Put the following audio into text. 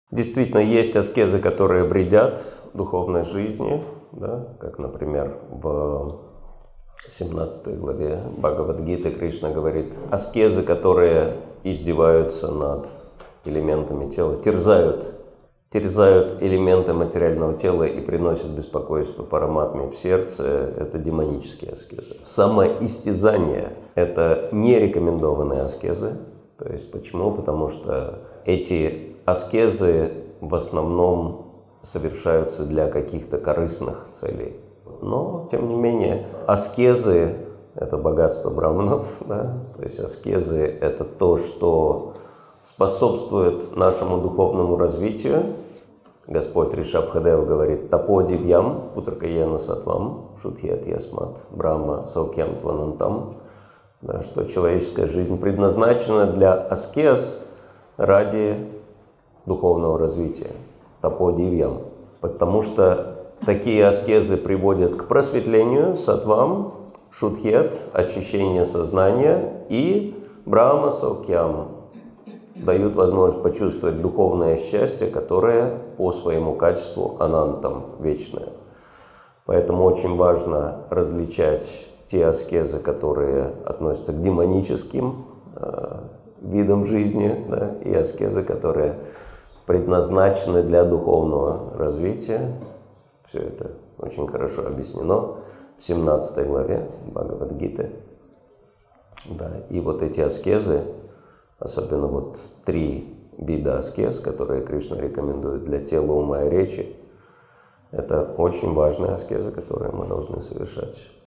Действительно, есть аскезы, которые вредят духовной жизни, да, как, например, в 17 главе Бхагавад-гиты Кришна говорит, аскезы, которые издеваются над элементами тела, терзают элементы материального тела и приносят беспокойство параматме в сердце, это демонические аскезы. Самоистязание – это не рекомендованные аскезы. То есть почему? Потому что эти аскезы в основном совершаются для каких-то корыстных целей. Но, тем не менее, аскезы – это богатство браманов, да? То есть аскезы – это то, что способствует нашему духовному развитию. Господь Ришабхадев говорит «Тапо дивьям путракаяна сатвам шудхет ясмат брахма саукьям тванантам», да, что человеческая жизнь предназначена для аскез ради духовного развития. Тапо дивьям. Потому что такие аскезы приводят к просветлению, сатвам, шудхет, очищение сознания, и брахма саукьям дают возможность почувствовать духовное счастье, которое по своему качеству анантам, вечное. Поэтому очень важно различать те аскезы, которые относятся к демоническим видам жизни, да, и аскезы, которые предназначены для духовного развития. Все это очень хорошо объяснено в 17 главе Бхагавад-гиты. Да, и вот эти аскезы, особенно вот 3 вида аскез, которые Кришна рекомендует для тела, ума и речи, это очень важные аскезы, которые мы должны совершать.